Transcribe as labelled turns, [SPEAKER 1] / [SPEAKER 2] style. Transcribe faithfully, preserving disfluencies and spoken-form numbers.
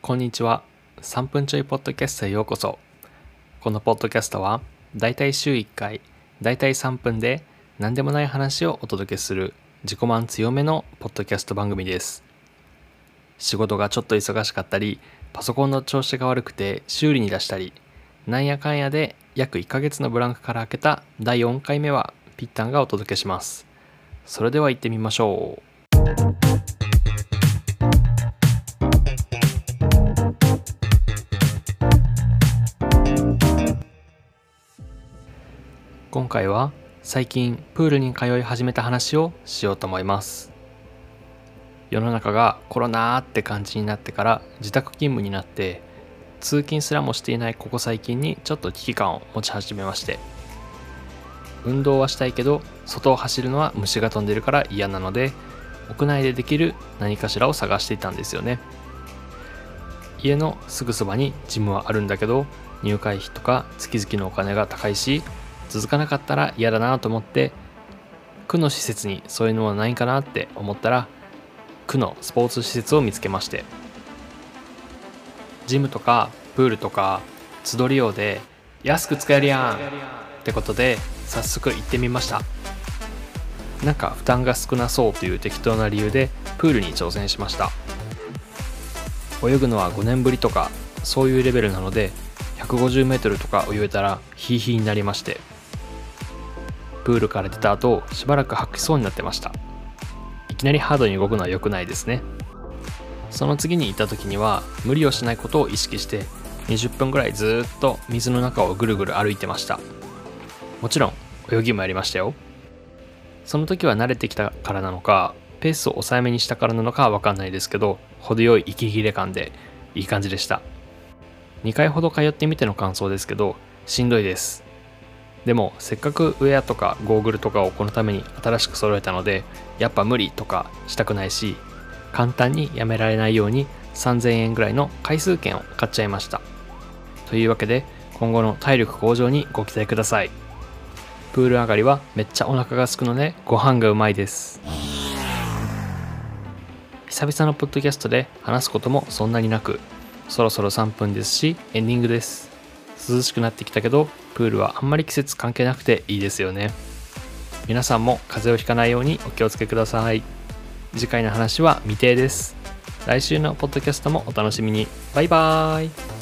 [SPEAKER 1] こんにちは。さんぷんちょいポッドキャストへようこそ。このポッドキャストはだいたい週いっかい、だいたいさんぷんで何でもない話をお届けする自己満強めのポッドキャスト番組です。仕事がちょっと忙しかったり、パソコンの調子が悪くて修理に出したり、なんやかんやで約いっかげつのブランクから明けただいよんかいめはピッタンがお届けします。それでは行ってみましょう。今回は最近プールに通い始めた話をしようと思います。世の中がコロナーって感じになってから自宅勤務になって、通勤すらもしていないここ最近にちょっと危機感を持ち始めまして、運動はしたいけど外を走るのは虫が飛んでるから嫌なので、屋内でできる何かしらを探していたんですよね。家のすぐそばにジムはあるんだけど、入会費とか月々のお金が高いし、続かなかったら嫌だなと思って、区の施設にそういうのはないかなって思ったら、区のスポーツ施設を見つけまして、ジムとかプールとか都度利用で安く使えるやんってことで早速行ってみました。なんか負担が少なそうという適当な理由でプールに挑戦しました。泳ぐのはごねんぶりとかそういうレベルなので、ひゃくごじゅうメートルとか泳げたらヒーヒーになりまして、プールから出た後しばらく吐きそうになってました。いきなりハードに動くのは良くないですね。その次に行った時には無理をしないことを意識してにじゅっぷんぐらいずっと水の中をぐるぐる歩いてました。もちろん泳ぎもやりましたよ。その時は慣れてきたからなのか、ペースを抑えめにしたからなのかは分かんないですけど、程よい息切れ感でいい感じでした。にかいほど通ってみての感想ですけど、しんどいです。でもせっかくウェアとかゴーグルとかをこのために新しく揃えたので、やっぱ無理とかしたくないし、簡単にやめられないようにさんぜんえんぐらいの回数券を買っちゃいました。というわけで今後の体力向上にご期待ください。プール上がりはめっちゃお腹が空くのでご飯がうまいです。久々のポッドキャストで話すこともそんなになく、そろそろさんぷんですしエンディングです。涼しくなってきたけど、プールはあんまり季節関係なくていいですよね。皆さんも風邪をひかないようにお気をつけください。次回の話は未定です。来週のポッドキャストもお楽しみに。バイバーイ。